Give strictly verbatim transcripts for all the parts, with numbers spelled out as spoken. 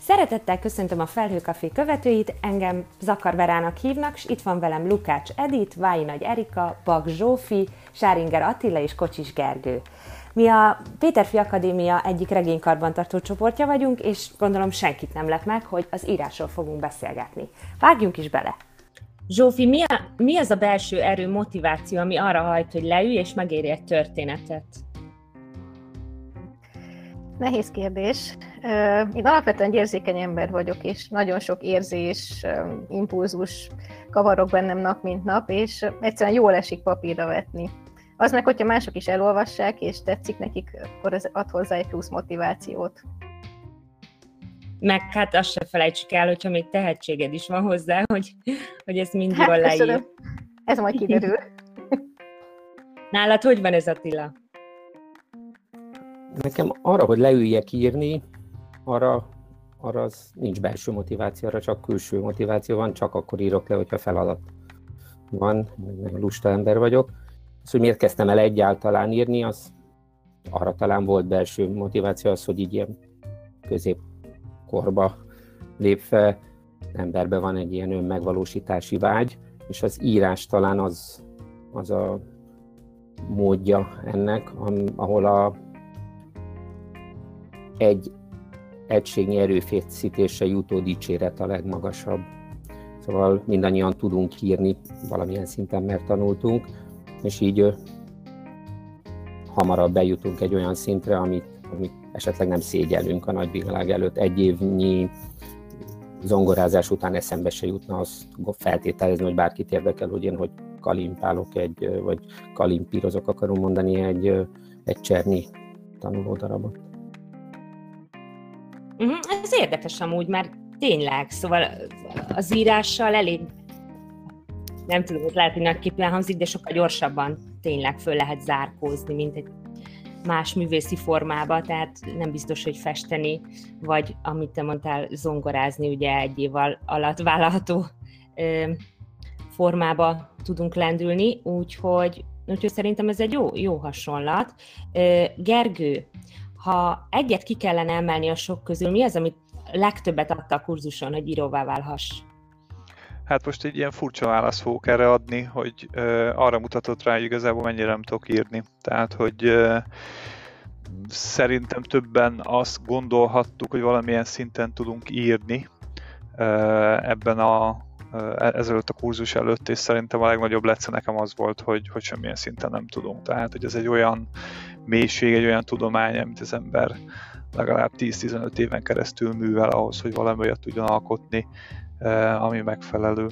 Szeretettel köszöntöm a Felhőkafé követőit, engem Zakar Verának hívnak, és itt van velem Lukács Edit, Vályi Nagy Erika, Bak Zsófi, Sáringer Attila és Kocsis Gergő. Mi a Péterfi Akadémia egyik regénykarbantartó csoportja vagyunk, és gondolom senkit nem lep meg, hogy az írásról fogunk beszélgetni. Vágjunk is bele! Zsófi, mi, a, mi az a belső erő, motiváció, ami arra hajt, hogy leülj és megírj egy történetet? Nehéz kérdés. Én alapvetően egy érzékeny ember vagyok, és nagyon sok érzés, impulzus kavarok bennem nap mint nap, és egyszerűen jól esik papírra vetni. Az meg, hogyha mások is elolvassák, és tetszik nekik, akkor ez ad hozzá egy plusz motivációt. Meg hát azt se felejtsük el, hogyha még tehetséged is van hozzá, hogy, hogy ezt mind hát, jól leír. Ez majd kiderül. Nálad hogy van ez, Attila? Nekem arra, hogy leüljek írni, arra, arra az nincs belső motiváció, arra csak külső motiváció van, csak akkor írok le, hogyha feladat van, nagyon lusta ember vagyok. Az, hogy miért kezdtem el egyáltalán írni, az arra talán volt belső motiváció, az, hogy így ilyen középkorba lépve emberben van egy ilyen önmegvalósítási vágy, és az írás talán az, az a módja ennek, ahol a egy egységnyi erőfeszítésre jutó dicséret a legmagasabb. Szóval mindannyian tudunk írni, valamilyen szinten mert tanultunk, és így ö, hamarabb bejutunk egy olyan szintre, amit, amit esetleg nem szégyellünk a nagyvilág előtt. Egy évnyi zongorázás után eszembe se jutna azt feltételezni, hogy bárkit érdekel, hogy én hogy kalimpálok egy, vagy kalimpírozok, akarom mondani egy, egy Czerny tanulódarabot. Uh-huh. Ez érdekes amúgy, mert tényleg, szóval az írással elég, nem tudom, hogy lehet, hogy nagyképpen hangzik, de sokkal gyorsabban tényleg föl lehet zárkózni, mint egy más művészi formába, tehát nem biztos, hogy festeni, vagy amit te mondtál, zongorázni, ugye egy év alatt vállalható ö, formába tudunk lendülni, úgyhogy, úgyhogy szerintem ez egy jó, jó hasonlat. Ö, Gergő, ha egyet ki kellene emelni a sok közül, mi az, amit legtöbbet adta a kurzuson, hogy íróvá válhass? Hát most egy ilyen furcsa választ fogok erre adni, hogy uh, arra mutatott rá, hogy igazából mennyire nem tudok írni. Tehát, hogy uh, szerintem többen azt gondolhattuk, hogy valamilyen szinten tudunk írni uh, ebben a uh, ezelőtt a kurzus előtt, és szerintem a legnagyobb lecke nekem az volt, hogy, hogy semmilyen szinten nem tudunk. Tehát, hogy ez egy olyan mélység, egy olyan tudomány, amit az ember legalább tíz-tizenöt éven keresztül művel ahhoz, hogy valami olyat tudjon alkotni, ami megfelelő.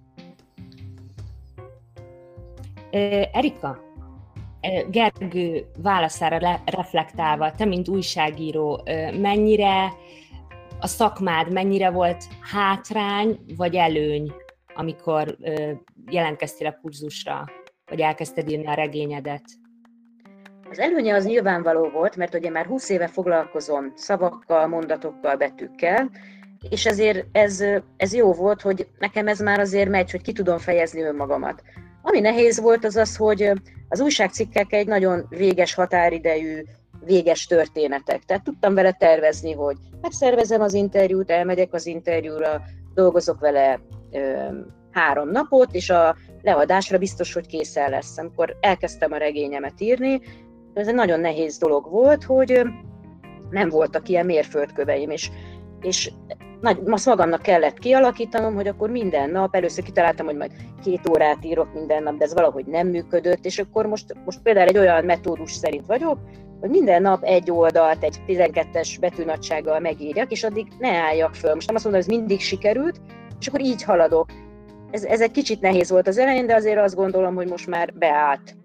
Erika, Gergő válaszára reflektálva, te mint újságíró, mennyire a szakmád, mennyire volt hátrány vagy előny, amikor jelentkeztél a kurzusra, vagy elkezdted írni a regényedet? Az előnye az nyilvánvaló volt, mert ugye már húsz éve foglalkozom szavakkal, mondatokkal, betűkkel, és ezért ez, ez jó volt, hogy nekem ez már azért megy, hogy ki tudom fejezni önmagamat. Ami nehéz volt az az, hogy az újságcikkek egy nagyon véges határidejű, véges történetek. Tehát tudtam vele tervezni, hogy megszervezem az interjút, elmegyek az interjúra, dolgozok vele ö, három napot, és a leadásra biztos, hogy készen lesz. Amikor elkezdtem a regényemet írni, ez egy nagyon nehéz dolog volt, hogy nem voltak ilyen mérföldköveim, és, és nagy, azt magamnak kellett kialakítanom, hogy akkor minden nap, először kitaláltam, hogy majd két órát írok minden nap, de ez valahogy nem működött, és akkor most, most például egy olyan metódus szerint vagyok, hogy minden nap egy oldalt, egy tizenkettes betűnagysággal megírjak, és addig ne álljak föl. Most nem azt mondom, hogy ez mindig sikerült, és akkor így haladok. Ez, ez egy kicsit nehéz volt az elején, de azért azt gondolom, hogy most már beállt.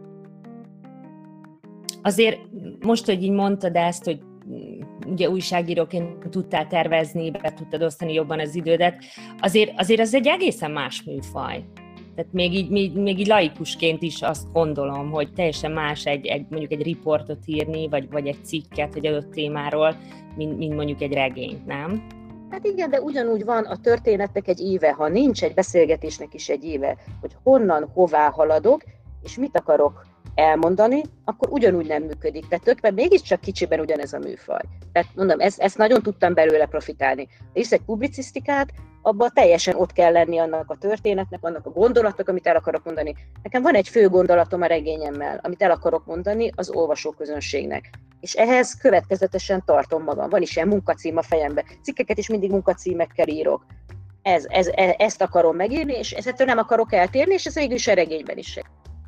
Azért most, hogy így mondtad ezt, hogy ugye újságíróként tudtál tervezni, be tudtad osztani jobban az idődet, azért, azért az egy egészen más műfaj. Tehát még így, még, még így laikusként is azt gondolom, hogy teljesen más egy, egy mondjuk egy riportot írni, vagy, vagy egy cikket egy adott témáról, mint, mint mondjuk egy regényt, nem? Hát igen, de ugyanúgy van a történetnek egy éve, ha nincs egy beszélgetésnek is egy éve, hogy honnan, hová haladok, és mit akarok elmondani, akkor ugyanúgy nem működik. Tehát tulajdonképpen mégiscsak kicsiben ugyanez a műfaj. Tehát mondom, ezt, ezt nagyon tudtam belőle profitálni. Hisz egy publicisztikát, abban teljesen ott kell lenni annak a történetnek, annak a gondolatnak, amit el akarok mondani. Nekem van egy fő gondolatom a regényemmel, amit el akarok mondani az olvasóközönségnek. És ehhez következetesen tartom magam. Van is ilyen munkacím a fejemben. Cikkeket is mindig munkacímekkel írok. Ez, ez, e, ezt akarom megírni, és ettől nem akarok eltérni, és ez végül is a regényben is.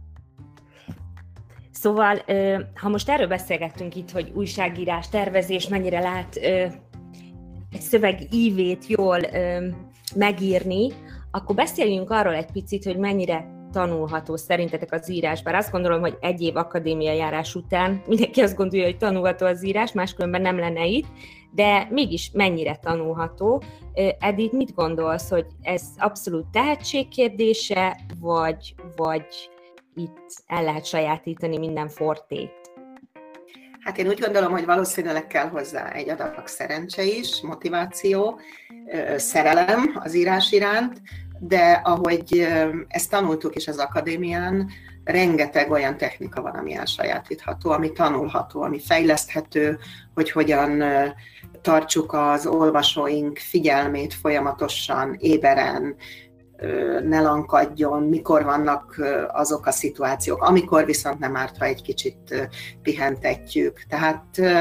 Szóval, ha most erről beszélgettünk itt, hogy újságírás, tervezés, mennyire lát egy szöveg ívét jól megírni, akkor beszéljünk arról egy picit, hogy mennyire tanulható szerintetek az írás. Bár azt gondolom, hogy egy év akadémiai járás után mindenki azt gondolja, hogy tanulható az írás, máskülönben nem lenne itt, de mégis mennyire tanulható. Edith, mit gondolsz, hogy ez abszolút tehetség kérdése, vagy, vagy itt el lehet sajátítani minden fortét? Hát én úgy gondolom, hogy valószínűleg kell hozzá egy adag szerencse is, motiváció, szerelem az írás iránt, de ahogy ezt tanultuk is az akadémián, rengeteg olyan technika van, ami elsajátítható, ami tanulható, ami fejleszthető, hogy hogyan tartsuk az olvasóink figyelmét folyamatosan, éberen, ne lankadjon, mikor vannak azok a szituációk, amikor viszont nem árt, ha egy kicsit pihentetjük. Tehát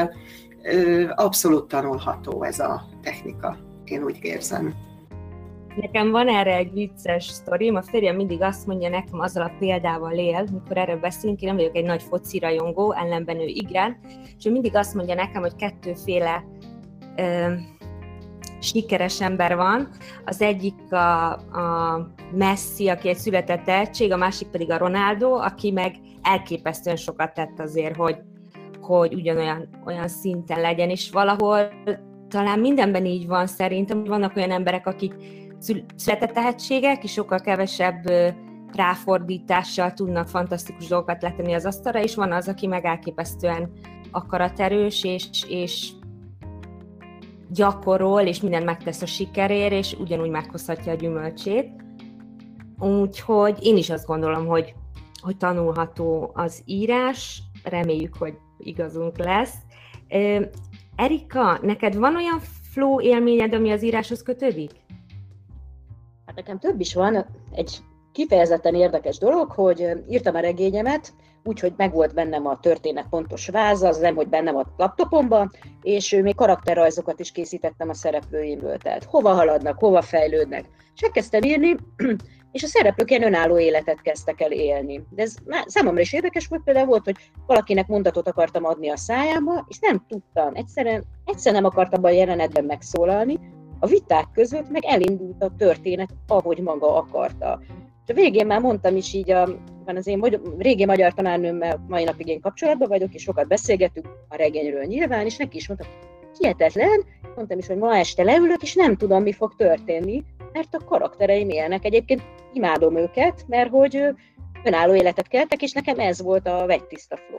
abszolút tanulható ez a technika, én úgy érzem. Nekem van erre egy vicces sztorim, a férjem mindig azt mondja nekem, azzal a példával él, mikor erről beszélünk, én nem vagyok egy nagy foci rajongó, ellenben ő igen, és ő mindig azt mondja nekem, hogy kettőféle ö, sikeres ember van, az egyik a, a Messi, aki egy született tehetség, a másik pedig a Ronaldo, aki meg elképesztően sokat tett azért, hogy, hogy ugyanolyan olyan szinten legyen, és valahol talán mindenben így van szerintem, vannak olyan emberek, akik született tehetségek, és sokkal kevesebb ráfordítással tudnak fantasztikus dolgokat letenni az asztalra, és van az, aki meg elképesztően akaraterős, és, és gyakorol, és mindent megtesz a sikerért, és ugyanúgy meghozhatja a gyümölcsét. Úgyhogy én is azt gondolom, hogy, hogy tanulható az írás, reméljük, hogy igazunk lesz. Erika, neked van olyan flow élményed, ami az íráshoz kötődik? Hát nekem több is van. Egy kifejezetten érdekes dolog, hogy írtam a regényemet, úgyhogy megvolt bennem a történet pontos váza, az nem, hogy bennem a laptopomban, és még karakterrajzokat is készítettem a szereplőimből, tehát hova haladnak, hova fejlődnek. És elkezdtem írni, és a szereplők ilyen önálló életet kezdtek el élni. De ez számomra is érdekes volt, például volt, hogy valakinek mondatot akartam adni a szájába, és nem tudtam, egyszerűen, egyszerűen nem akartam a jelenetben megszólalni, a viták között meg elindult a történet, ahogy maga akarta. És a végén már mondtam is így, a, van az én régi magyar tanárnőmmel mai napig én kapcsolatban vagyok, és sokat beszélgetünk a regényről nyilván, és neki is mondtam, hihetetlen, mondtam is, hogy ma este leülök, és nem tudom, mi fog történni, mert a karaktereim élnek. Egyébként imádom őket, mert hogy önálló életet keltek, és nekem ez volt a vegytiszta flow.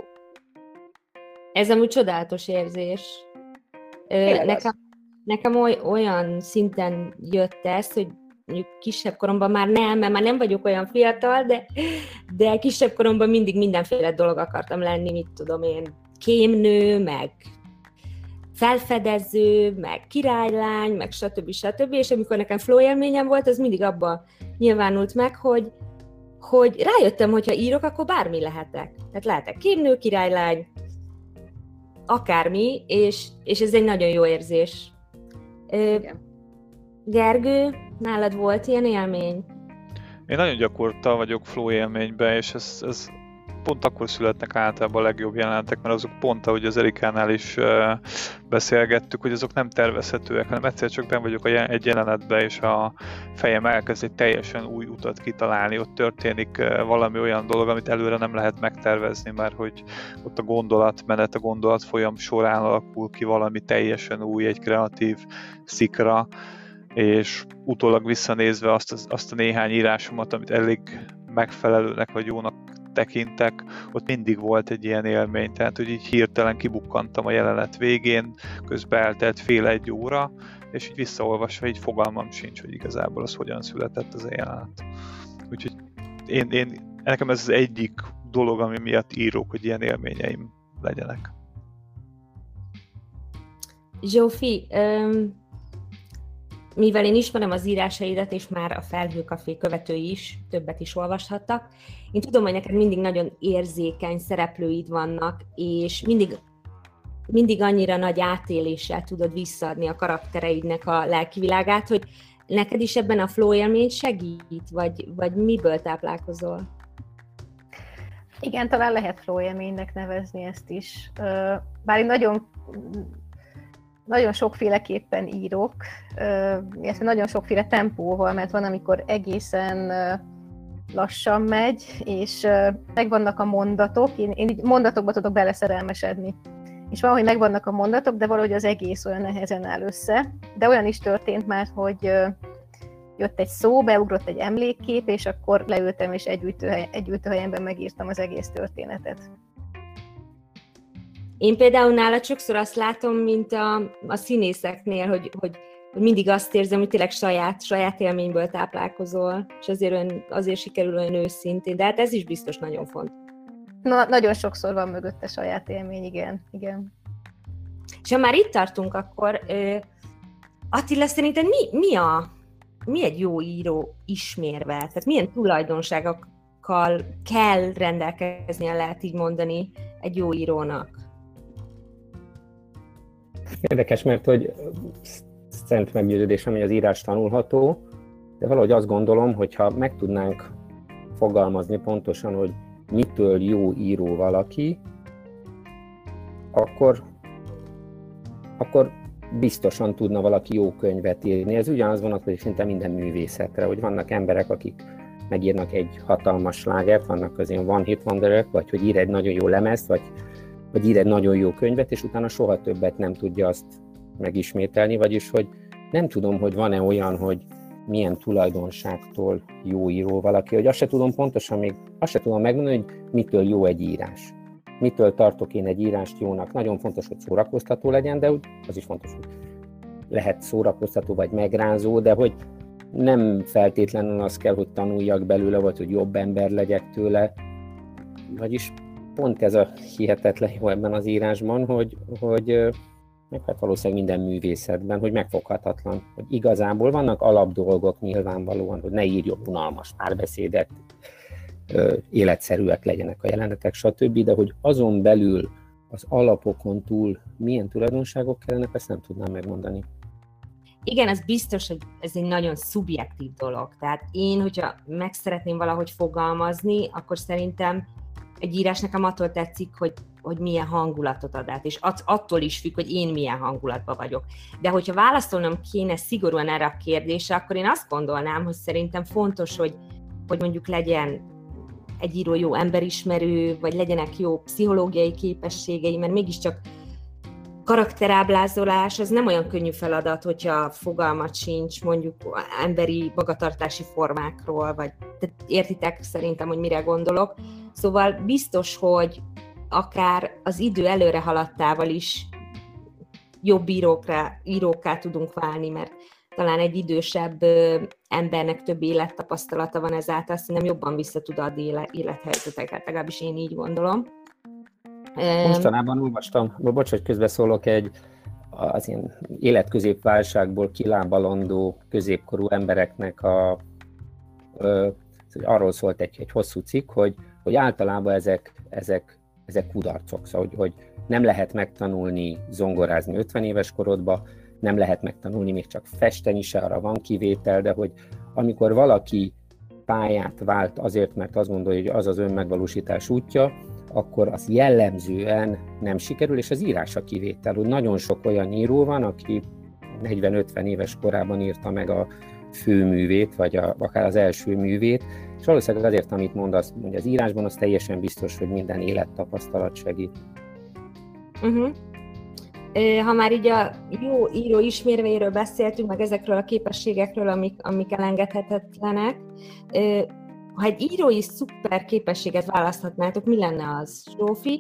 Ez amúgy csodálatos érzés. Nekem, nekem oly, olyan szinten jött ez, hogy mondjuk kisebb koromban már nem, mert már nem vagyok olyan fiatal, de, de kisebb koromban mindig mindenféle dolog akartam lenni, mit tudom én, kémnő, meg felfedező, meg királylány, meg stb. stb. És amikor nekem flow élményem volt, az mindig abban nyilvánult meg, hogy, hogy rájöttem, hogy ha írok, akkor bármi lehetek. Tehát lehetek kémnő, királylány, akármi, és, és ez egy nagyon jó érzés. Igen. Gergő, nálad volt ilyen élmény? Én nagyon gyakorta vagyok flow élményben, és ez, ez pont akkor születnek általában a legjobb jelenetek, mert azok pont, ahogy az Erikánál is uh, beszélgettük, hogy azok nem tervezhetőek, hanem egyszer csak benn vagyok a jel- egy jelenetben, és a fejem elkezd egy teljesen új utat kitalálni, ott történik uh, valami olyan dolog, amit előre nem lehet megtervezni, mert hogy ott a gondolatmenet, a gondolatfolyam során alakul ki valami teljesen új, egy kreatív szikra, és utólag visszanézve azt, az, azt a néhány írásomat, amit elég megfelelőnek vagy jónak tekintek, ott mindig volt egy ilyen élmény, tehát hogy így hirtelen kibukkantam a jelenet végén, közben eltelt fél egy óra, és így visszaolvasva így fogalmam sincs, hogy igazából az hogyan született az a jelenet. Úgyhogy én, én, nekem ez az egyik dolog, ami miatt írok, hogy ilyen élményeim legyenek. Zsófi, um, mivel én ismerem az írásaidat, és már a Felhőkafé követői is többet is olvashattak, én tudom, hogy neked mindig nagyon érzékeny szereplőid vannak, és mindig, mindig annyira nagy átéléssel tudod visszaadni a karaktereidnek a lelkivilágát, hogy neked is ebben a flow élmény segít, vagy, vagy miből táplálkozol? Igen, talán lehet flow élménynek nevezni ezt is. Bár én nagyon, nagyon sokféleképpen írok, illetve nagyon sokféle tempóval, mert van, amikor egészen lassan megy, és megvannak a mondatok, én, én így mondatokba tudok beleszerelmesedni. És valahogy megvannak a mondatok, de valahogy az egész olyan nehezen áll össze. De olyan is történt már, hogy jött egy szó, beugrott egy emlékkép, és akkor leültem, és egy, ültőhely, egy ültőhelyemben megírtam az egész történetet. Én például nálad sokszor azt látom, mint a, a színészeknél, hogy, hogy mindig azt érzem, hogy tényleg saját, saját élményből táplálkozol, és azért, olyan, azért sikerül olyan őszintén, de hát ez is biztos nagyon fontos. Na, nagyon sokszor van mögötte saját élmény, igen, igen. És ha már itt tartunk, akkor uh, Attila, szerinted mi, mi, a, mi egy jó író ismérve? Tehát milyen tulajdonságokkal kell rendelkeznie, lehet így mondani, egy jó írónak? Érdekes, mert hogy szent meggyőződésem, hogy az írás tanulható, de valahogy azt gondolom, hogyha meg tudnánk fogalmazni pontosan, hogy mitől jó író valaki, akkor, akkor biztosan tudna valaki jó könyvet írni. Ez ugyanaz vonatkozik szinte minden művészetre, hogy vannak emberek, akik megírnak egy hatalmas slágert, vannak az ilyen one hit wonderek, vagy hogy ír egy nagyon jó lemezt, vagy, vagy ír egy nagyon jó könyvet, és utána soha többet nem tudja azt megismételni, vagyis hogy nem tudom, hogy van-e olyan, hogy milyen tulajdonságtól jó író valaki, hogy azt se tudom pontosan, még azt se tudom megmondani, hogy mitől jó egy írás. Mitől tartok én egy írást jónak. Nagyon fontos, hogy szórakoztató legyen, de az is fontos, hogy lehet szórakoztató vagy megrázó, de hogy nem feltétlenül az kell, hogy tanuljak belőle, vagy hogy jobb ember legyek tőle. Vagyis pont ez a hihetetlen jó ebben az írásban, hogy, hogy meg hát valószínűleg minden művészetben, hogy megfoghatatlan, hogy igazából vannak alapdolgok nyilvánvalóan, hogy ne írjon unalmas párbeszédet, életszerűek legyenek a jelenetek, stb., de hogy azon belül, az alapokon túl milyen tulajdonságok kellenek, ezt nem tudnám megmondani. Igen, az biztos, hogy ez egy nagyon szubjektív dolog. Tehát én, hogyha meg szeretném valahogy fogalmazni, akkor szerintem egy írás nekem attól tetszik, hogy, hogy milyen hangulatot ad át, és attól is függ, hogy én milyen hangulatban vagyok. De hogyha válaszolnom kéne szigorúan erre a kérdésre, akkor én azt gondolnám, hogy szerintem fontos, hogy, hogy mondjuk legyen egy író jó emberismerő, vagy legyenek jó pszichológiai képességei, mert mégiscsak karakterábrázolás az nem olyan könnyű feladat, hogyha fogalmat sincs mondjuk emberi magatartási formákról, vagy tehát értitek szerintem, hogy mire gondolok. Szóval biztos, hogy akár az idő előre haladtával is jobb írókra, írókká tudunk válni, mert talán egy idősebb embernek több élettapasztalata van ezáltal, szerintem jobban vissza tud adni élethelyzeteket, legalábbis én így gondolom. Mostanában olvastam, bocs, hogy közbeszólok, egy az ilyen életközépválságból kilábalandó középkorú embereknek a, ö, arról szólt egy, egy hosszú cikk, hogy, hogy általában ezek, ezek, ezek kudarcok, szóval, hogy, hogy nem lehet megtanulni zongorázni ötven éves korodba, nem lehet megtanulni még csak festeni se, arra van kivétel, de hogy amikor valaki pályát vált azért, mert azt gondolja, hogy az az önmegvalósítás útja, akkor az jellemzően nem sikerül, és az írás a kivétel. Úgy nagyon sok olyan író van, aki negyven-ötven éves korában írta meg a főművét, vagy a, akár az első művét, és valószínűleg azért, amit mondasz, mondja az írásban, az teljesen biztos, hogy minden élettapasztalat segít. Uh-huh. Ha már így a jó író ismérveiről beszéltünk, meg ezekről a képességekről, amik, amik elengedhetetlenek, ha egy írói szuper képességet választhatnátok, mi lenne az, Zsófi?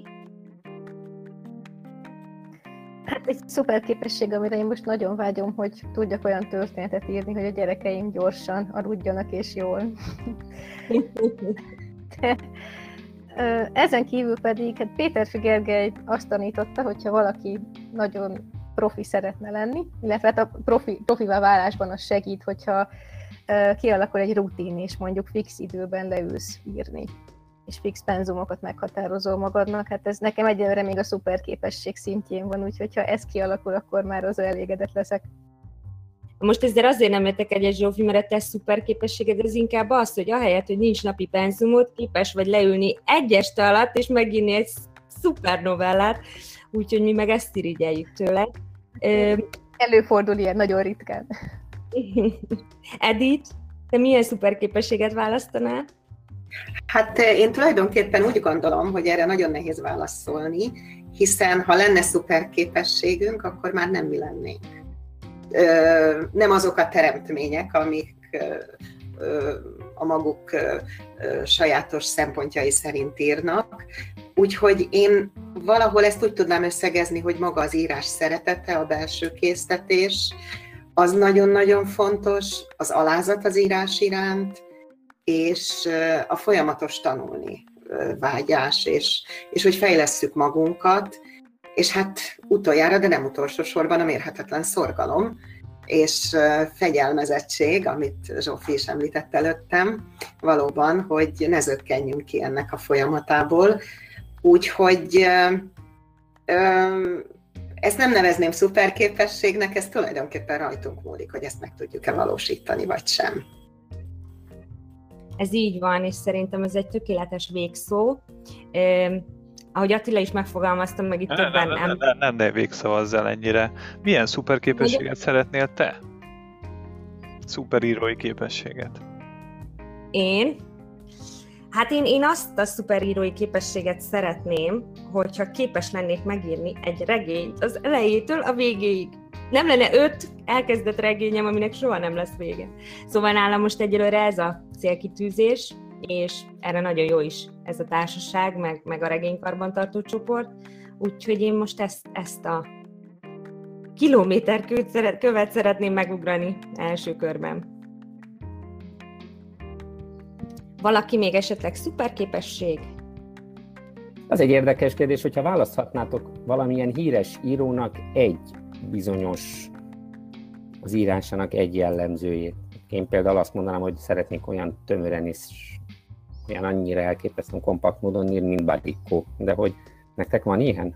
Hát egy szuper képesség, amire én most nagyon vágyom, hogy tudjak olyan történetet írni, hogy a gyerekeim gyorsan aludjanak és jól. De, Ezen kívül pedig hát Péterfi Gergely azt tanította, hogyha valaki nagyon profi szeretne lenni, illetve hát a profi, profivá válásban az segít, hogyha kialakul egy rutin, és mondjuk fix időben leülsz írni, és fix penzumokat meghatározol magadnak. Hát ez nekem egyelőre még a szuper képesség szintjén van, úgyhogy ha ez kialakul, akkor már az elégedett leszek. Most ezzel azért nem értek egyet, Zsófi, mert a te szuper képességed az inkább az, hogy ahelyett, hogy nincs napi penzumot, képes vagy leülni egy este alatt, és megírni egy szuper novellát, úgyhogy mi meg ezt irigyeljük tőle. Előfordul ilyen, nagyon ritkán. Edith, te milyen szuper képességet választanál? Hát én tulajdonképpen úgy gondolom, hogy erre nagyon nehéz válaszolni, hiszen ha lenne szuper képességünk, akkor már nem mi lennénk. Nem azok a teremtmények, amik a maguk sajátos szempontjai szerint írnak. Úgyhogy én valahol ezt úgy tudnám összegezni, hogy maga az írás szeretete, a belső késztetés, az nagyon-nagyon fontos, az alázat az írás iránt, és a folyamatos tanulni vágyás, és, és hogy fejlesszük magunkat, és hát utoljára, de nem utolsó sorban a mérhetetlen szorgalom, és fegyelmezettség, amit Zsófi is említett előttem, valóban, hogy ne zökkenjünk ki ennek a folyamatából. Úgyhogy ezt nem nevezném szuperképességnek, ez tulajdonképpen rajtunk múlik, hogy ezt meg tudjuk-e valósítani, vagy sem. Ez így van, és szerintem ez egy tökéletes végszó. Eh, ahogy Attila is megfogalmaztam, meg itt többen... Nem, nem, nem, nem, nem végszavazzál ennyire. Milyen szuperképességet szeretnél te? Szuperírói képességet. Én? Hát én, én azt a szuperírói képességet szeretném, hogyha képes lennék megírni egy regényt az elejétől a végéig. Nem lenne öt elkezdett regényem, aminek soha nem lesz vége. Szóval nálam most egyelőre ez a célkitűzés, és erre nagyon jó is ez a társaság, meg, meg a regénykarbantartó csoport. Úgyhogy én most ezt, ezt a kilométer követ szeretném megugrani első körben. Valaki még esetleg szuperképesség? Az egy érdekes kérdés, hogyha választhatnátok valamilyen híres írónak egy bizonyos az írásának egy jellemzőjét. Én például azt mondanám, hogy szeretnék olyan tömören és olyan annyira elképesztően kompakt módon írni, mint Barikó. De hogy nektek van ilyen?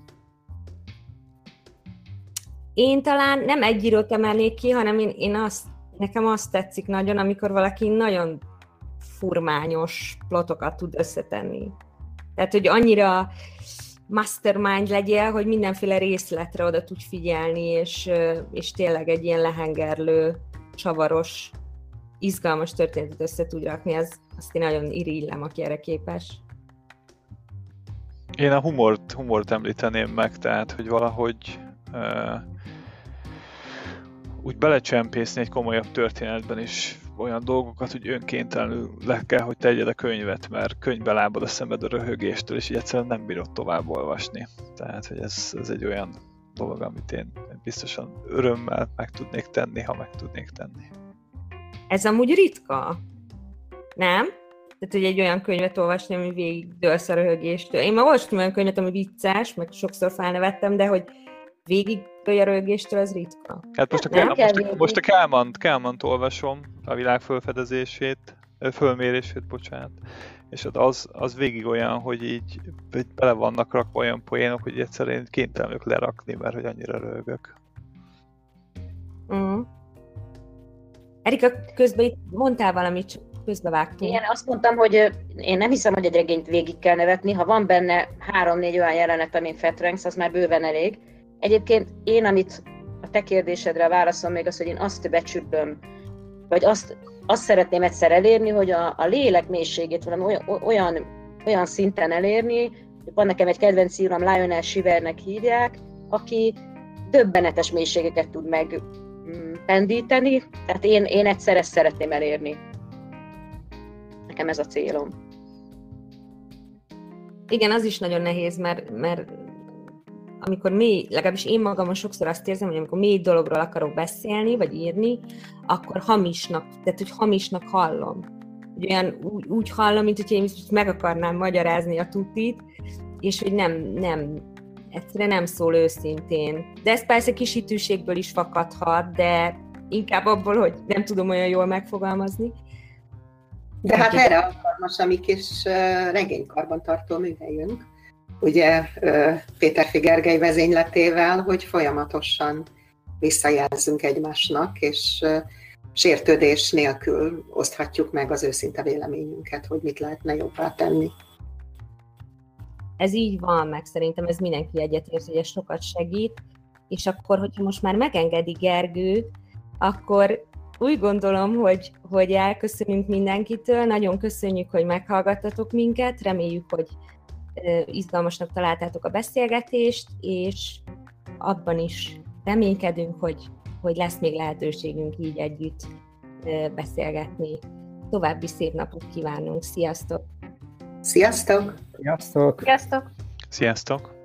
Én talán nem egy írót emelnék ki, hanem én, én azt, nekem azt tetszik nagyon, amikor valaki nagyon furmányos plotokat tud összetenni. Tehát, hogy annyira mastermind legyél, hogy mindenféle részletre oda tudj figyelni, és, és tényleg egy ilyen lehengerlő, csavaros, izgalmas történetet össze tud rakni, az, azt én nagyon irigylem, aki erre képes. Én a humort, humort említeném meg, tehát, hogy valahogy uh, úgy belecsempészni egy komolyabb történetben is olyan dolgokat, hogy önkéntelenül le kell, hogy tegyed a könyvet, mert könyvbe lábad a szemed a röhögéstől, és így egyszerűen nem bírod tovább olvasni. Tehát, hogy ez, ez egy olyan dolog, amit én biztosan örömmel meg tudnék tenni, ha meg tudnék tenni. Ez amúgy ritka, nem? Tehát, hogy egy olyan könyvet olvasni, ami végig dőlsz a röhögéstől. Én már olvastam olyan könyvet, ami vicces, meg sokszor felnevettem, de hogy végig dőlj a röhögéstől, az ritka. Hát most a, Kel- most a, most a Kálmant, Kálmant olvasom, a világ fölfedezését, fölmérését, bocsánat, és az, az végig olyan, hogy így bele vannak rakva olyan poénok, hogy egyszerűen kénytelenek lerakni, mert hogy annyira röhögök. Mm. Erika, közben itt mondtál valamit, csak közbevágtunk. Én azt mondtam, hogy én nem hiszem, hogy egy regényt végig kell nevetni, ha van benne három-négy olyan jelenet, amin fetrengsz, az már bőven elég. Egyébként én, amit a te kérdésedre válaszom még az, hogy én azt becsülöm, vagy azt, azt szeretném egyszer elérni, hogy a, a lélek mélységét valami olyan, olyan, olyan szinten elérni, van nekem egy kedvenc írom, Lionel Shivernek hívják, aki döbbenetes mélységeket tud megpendíteni, tehát én, én egyszer ezt szeretném elérni. Nekem ez a célom. Igen, az is nagyon nehéz, mert, mert amikor mély, legalábbis én magamon sokszor azt érzem, hogy amikor mély dologról akarok beszélni, vagy írni, akkor hamisnak, tehát hogy hamisnak hallom. hogy olyan úgy, úgy hallom, mint hogy én meg akarnám magyarázni a tutit, és hogy nem, nem, egyszerűen nem szól őszintén. De ez persze kisítőségből is fakadhat, de inkább abból, hogy nem tudom olyan jól megfogalmazni. De hát erre alkalmas a mi kis regénykarbantartó műhelyünk, ugye Péterfi Gergely vezényletével, hogy folyamatosan visszajelzünk egymásnak, és sértődés nélkül oszthatjuk meg az őszinte véleményünket, hogy mit lehetne jobbá tenni. Ez így van, meg szerintem ez mindenki egyetért, hogy ez sokat segít, és akkor, hogyha most már megengedi Gergő, akkor úgy gondolom, hogy, hogy elköszönünk mindenkitől, nagyon köszönjük, hogy meghallgattatok minket, reméljük, hogy izgalmasnak találtátok a beszélgetést, és abban is reménykedünk, hogy, hogy lesz még lehetőségünk így együtt beszélgetni. További szép napot kívánunk, sziasztok! Sziasztok! Sziasztok! Sziasztok! Sziasztok!